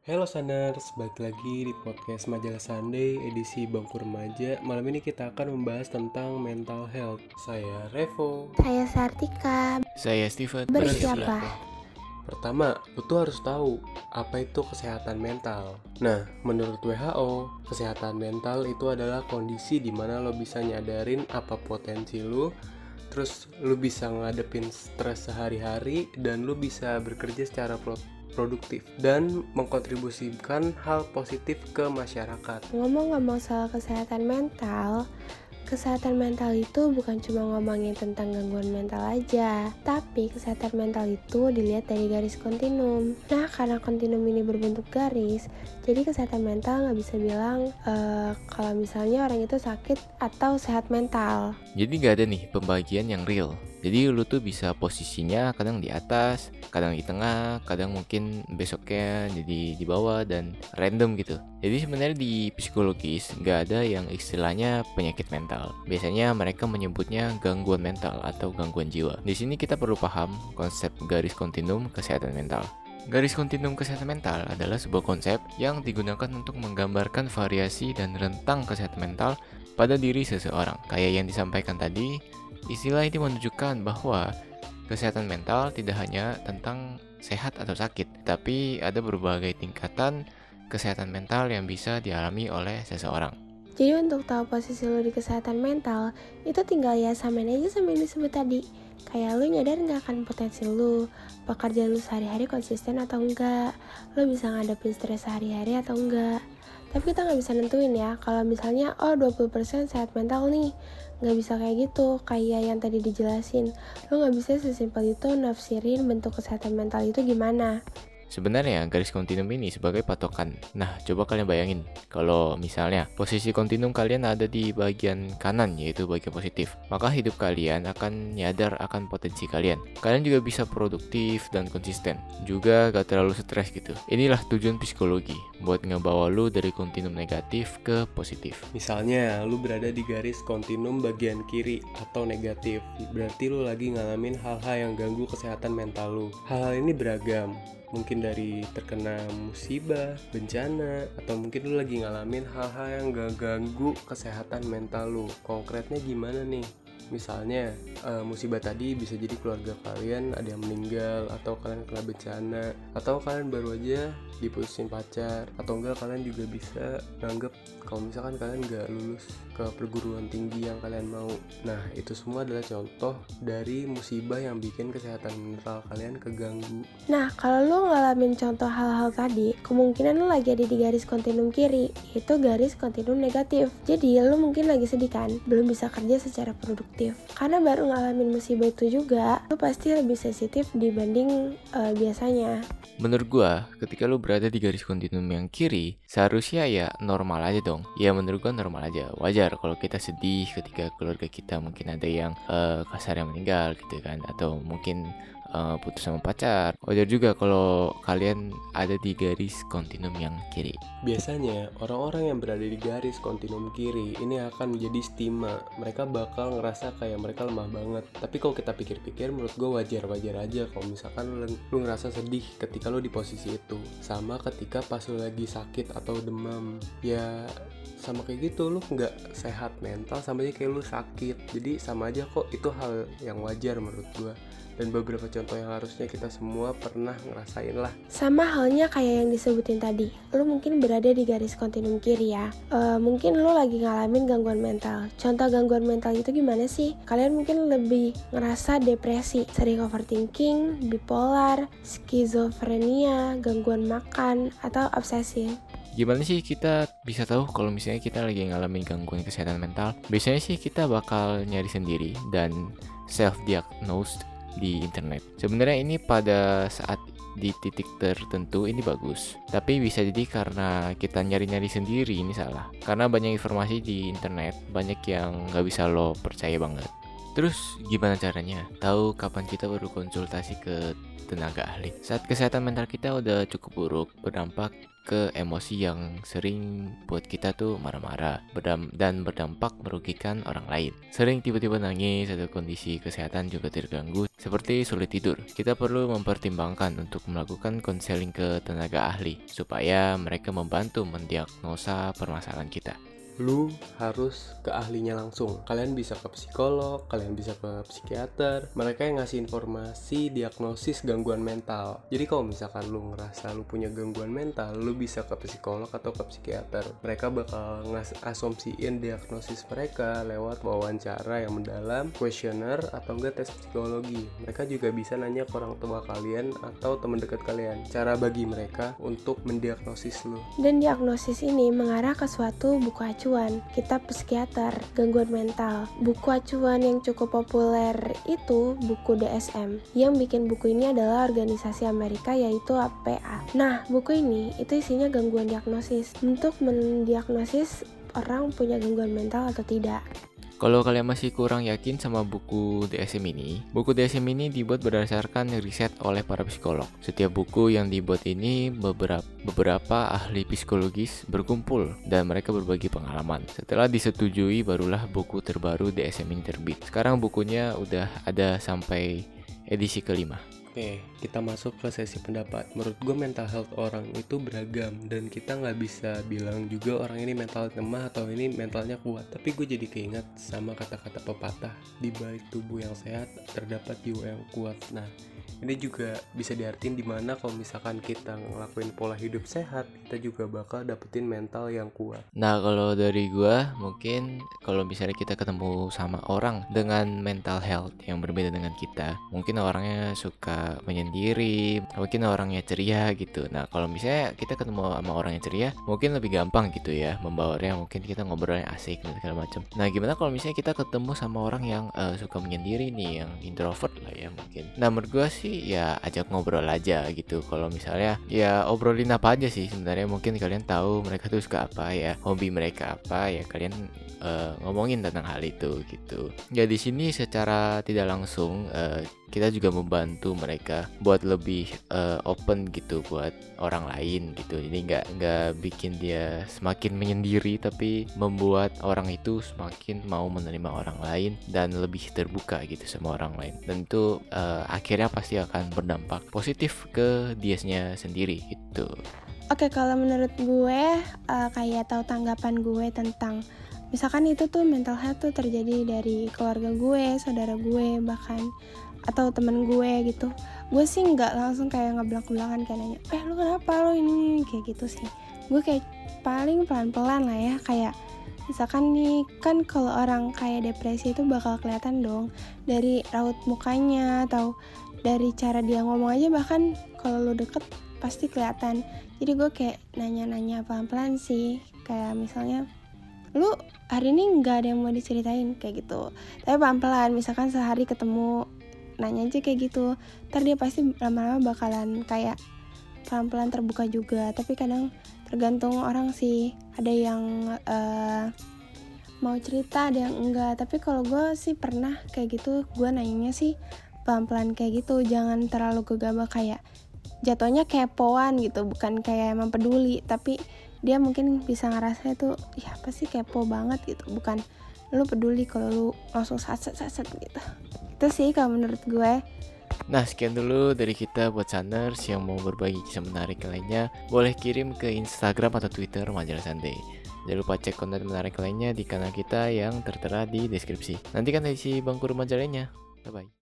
Halo Saners, balik lagi di podcast Majalah Sunday edisi Bangku Remaja. Malam ini kita akan membahas tentang mental health. Saya Revo. Saya Sartika. Saya Steven. Bersiaplah. Pertama, lu tuh harus tahu apa itu kesehatan mental. Nah, menurut WHO, kesehatan mental itu adalah kondisi di mana lo bisa nyadarin apa potensi lu, terus lu bisa ngadepin stres sehari-hari, dan lu bisa bekerja secara produktif dan mengkontribusikan hal positif ke masyarakat. Ngomong-ngomong soal kesehatan mental itu bukan cuma ngomongin tentang gangguan mental aja, tapi kesehatan mental itu dilihat dari garis kontinum. Nah, karena kontinum ini berbentuk garis, jadi kesehatan mental nggak bisa bilang kalau misalnya orang itu sakit atau sehat mental. Jadi gak ada nih pembagian yang real. Jadi lu tuh bisa posisinya kadang di atas, kadang di tengah, kadang mungkin besoknya jadi di bawah dan random gitu. Jadi sebenarnya di psikologis gak ada yang istilahnya penyakit mental. Biasanya mereka menyebutnya gangguan mental atau gangguan jiwa. Di sini kita perlu paham konsep garis kontinum kesehatan mental. Garis kontinum kesehatan mental adalah sebuah konsep yang digunakan untuk menggambarkan variasi dan rentang kesehatan mental pada diri seseorang. Kayak yang disampaikan tadi, istilah ini menunjukkan bahwa kesehatan mental tidak hanya tentang sehat atau sakit, tapi ada berbagai tingkatan kesehatan mental yang bisa dialami oleh seseorang. Jadi untuk tahu posisi lo di kesehatan mental, itu tinggal ya samain aja sama yang disebut tadi. Kayak lo nyadar gak akan potensi lo, pekerjaan lo sehari-hari konsisten atau enggak, lo bisa ngadepin stres sehari-hari atau enggak. Tapi kita gak bisa nentuin ya, kalau misalnya 20% sehat mental nih, gak bisa kayak gitu, kayak yang tadi dijelasin. Lo gak bisa sesimpel itu nafsirin bentuk kesehatan mental itu gimana. Sebenarnya garis kontinum ini sebagai patokan. Nah, coba kalian bayangin kalau misalnya posisi kontinum kalian ada di bagian kanan, yaitu bagian positif, maka hidup kalian akan nyadar akan potensi kalian. Kalian juga bisa produktif dan konsisten, juga gak terlalu stres gitu. Inilah tujuan psikologi, buat ngebawa lu dari kontinum negatif ke positif. Misalnya, lu berada di garis kontinum bagian kiri atau negatif, berarti lu lagi ngalamin hal-hal yang ganggu kesehatan mental lu. Hal-hal ini beragam, mungkin dari terkena musibah, bencana, atau mungkin lu lagi ngalamin hal-hal yang ganggu kesehatan mental lu. Konkretnya gimana nih? Misalnya musibah tadi bisa jadi keluarga kalian ada yang meninggal, atau kalian kena bencana, atau kalian baru aja diputusin pacar, atau enggak kalian juga bisa nganggep kalau misalkan kalian gak lulus ke perguruan tinggi yang kalian mau. Nah, itu semua adalah contoh dari musibah yang bikin kesehatan mental kalian keganggu. Nah, kalau lo ngalamin contoh hal-hal tadi, kemungkinan lo lagi ada di garis kontinum kiri, itu garis kontinum negatif. Jadi lo mungkin lagi sedih kan, belum bisa kerja secara produktif. Karena baru ngalamin musibah itu juga, lo pasti lebih sensitif dibanding biasanya. Menurut gua, ketika lu berada di garis kontinum yang kiri, seharusnya ya normal aja dong. Ya menurut gua normal aja. Wajar kalau kita sedih ketika keluarga kita mungkin ada yang kasarnya meninggal gitu kan, atau mungkin putus sama pacar. Wajar juga kalau kalian ada di garis kontinum yang kiri. Biasanya orang-orang yang berada di garis kontinum kiri ini akan menjadi stigma. Mereka bakal ngerasa kayak mereka lemah banget. Tapi kalau kita pikir-pikir, menurut gue wajar-wajar aja kalau misalkan lu ngerasa sedih ketika lu di posisi itu. Sama ketika pas lu lagi sakit atau demam, ya sama kayak gitu, lu nggak sehat mental sama aja kayak lu sakit. Jadi sama aja kok, itu hal yang wajar menurut gue. Dan beberapa contoh yang harusnya kita semua pernah ngerasain lah. Sama halnya kayak yang disebutin tadi, lo mungkin berada di garis kontinum kiri ya. Mungkin lo lagi ngalamin gangguan mental. Contoh gangguan mental itu gimana sih? Kalian mungkin lebih ngerasa depresi, sering overthinking, bipolar, skizofrenia, gangguan makan, atau obsesif. Gimana sih kita bisa tahu kalau misalnya kita lagi ngalamin gangguan kesehatan mental? Biasanya sih kita bakal nyari sendiri dan self-diagnosed di internet. Sebenarnya ini pada saat di titik tertentu ini bagus, tapi bisa jadi karena kita nyari-nyari sendiri ini salah. Karena banyak informasi di internet, banyak yang gak bisa lo percaya banget. Terus gimana caranya tahu kapan kita perlu konsultasi ke tenaga ahli? Saat kesehatan mental kita udah cukup buruk, berdampak ke emosi yang sering buat kita tuh marah-marah dan berdampak merugikan orang lain. Sering tiba-tiba nangis atau kondisi kesehatan juga terganggu seperti sulit tidur. Kita perlu mempertimbangkan untuk melakukan konseling ke tenaga ahli supaya mereka membantu mendiagnosa permasalahan kita. Lu harus ke ahlinya langsung. Kalian bisa ke psikolog, kalian bisa ke psikiater. Mereka yang ngasih informasi diagnosis gangguan mental. Jadi kalau misalkan lu ngerasa lu punya gangguan mental, lu bisa ke psikolog atau ke psikiater. Mereka bakal asumsiin diagnosis mereka lewat wawancara yang mendalam, kuesioner, atau enggak tes psikologi. Mereka juga bisa nanya ke orang tua kalian atau teman dekat kalian. Cara bagi mereka untuk mendiagnosis lu. Dan diagnosis ini mengarah ke suatu buku acuan, kitab psikiater, gangguan mental. Buku acuan yang cukup populer itu buku DSM. Yang bikin buku ini adalah organisasi Amerika yaitu APA. Nah, buku ini itu isinya gangguan diagnosis untuk mendiagnosis orang punya gangguan mental atau tidak. Kalau kalian masih kurang yakin sama buku DSM ini dibuat berdasarkan riset oleh para psikolog. Setiap buku yang dibuat ini beberapa ahli psikologis berkumpul dan mereka berbagi pengalaman. Setelah disetujui barulah buku terbaru DSM ini terbit. Sekarang bukunya udah ada sampai edisi kelima. Oke, kita masuk ke sesi pendapat. Menurut gue mental health orang itu beragam dan kita nggak bisa bilang juga orang ini mental lemah atau ini mentalnya kuat. Tapi gue jadi keinget sama kata-kata pepatah, di balik tubuh yang sehat terdapat jiwa yang kuat. Nah, ini juga bisa diartiin dimana kalau misalkan kita ngelakuin pola hidup sehat, kita juga bakal dapetin mental yang kuat. Nah, kalau dari gue mungkin kalau misalnya kita ketemu sama orang dengan mental health yang berbeda dengan kita, mungkin orangnya suka menyendiri, mungkin orangnya ceria gitu. Nah, kalau misalnya kita ketemu sama orang yang ceria, mungkin lebih gampang gitu ya membawaannya, mungkin kita ngobrolnya asik dan segala macam. Nah, gimana kalau misalnya kita ketemu sama orang yang suka menyendiri nih, yang introvert lah ya mungkin. Nah, menurut gue sih ya ajak ngobrol aja gitu. Kalau misalnya ya obrolin apa aja sih sebenarnya, mungkin kalian tahu mereka tuh suka apa ya, hobi mereka apa ya, kalian ngomongin tentang hal itu gitu. Ya di sini secara tidak langsung kita juga membantu mereka buat lebih open gitu buat orang lain gitu. Jadi nggak bikin dia semakin menyendiri, tapi membuat orang itu semakin mau menerima orang lain dan lebih terbuka gitu sama orang lain. Dan itu akhirnya pasti akan berdampak positif ke dianya sendiri gitu. Oke, kalau menurut gue kayak tahu tanggapan gue tentang misalkan itu tuh mental health tuh terjadi dari keluarga gue, saudara gue bahkan atau temen gue gitu. Gue sih nggak langsung kayak ngebelak-belakan kayak nanya, lu kenapa lo ini kayak gitu sih. Gue kayak paling pelan-pelan lah ya, kayak misalkan nih kan kalau orang kayak depresi itu bakal kelihatan dong dari raut mukanya atau dari cara dia ngomong aja, bahkan kalau lo deket pasti kelihatan. Jadi gue kayak nanya-nanya pelan-pelan sih, kayak misalnya lu hari ini nggak ada yang mau diceritain kayak gitu, tapi pelan-pelan. Misalkan sehari ketemu nanya aja kayak gitu, ntar dia pasti lama-lama bakalan kayak pelan-pelan terbuka juga. Tapi kadang tergantung orang sih, ada yang mau cerita, ada yang enggak. Tapi kalau gue sih pernah kayak gitu, gue nanyanya sih pelan-pelan kayak gitu, jangan terlalu gegabah kayak jatuhnya kepoan gitu, bukan kayak emang peduli, tapi dia mungkin bisa ngerasa itu ya pasti kepo banget gitu, bukan lu peduli kalau lu langsung saset gitu. Itu sih kalau menurut gue. Nah, sekian dulu dari kita buat Saners yang mau berbagi kisah menarik lainnya. Boleh kirim ke Instagram atau Twitter Majalah Sunday. Jangan lupa cek konten menarik lainnya di kanal kita yang tertera di deskripsi. Nantikan isi bangku remaja lainnya. Bye-bye.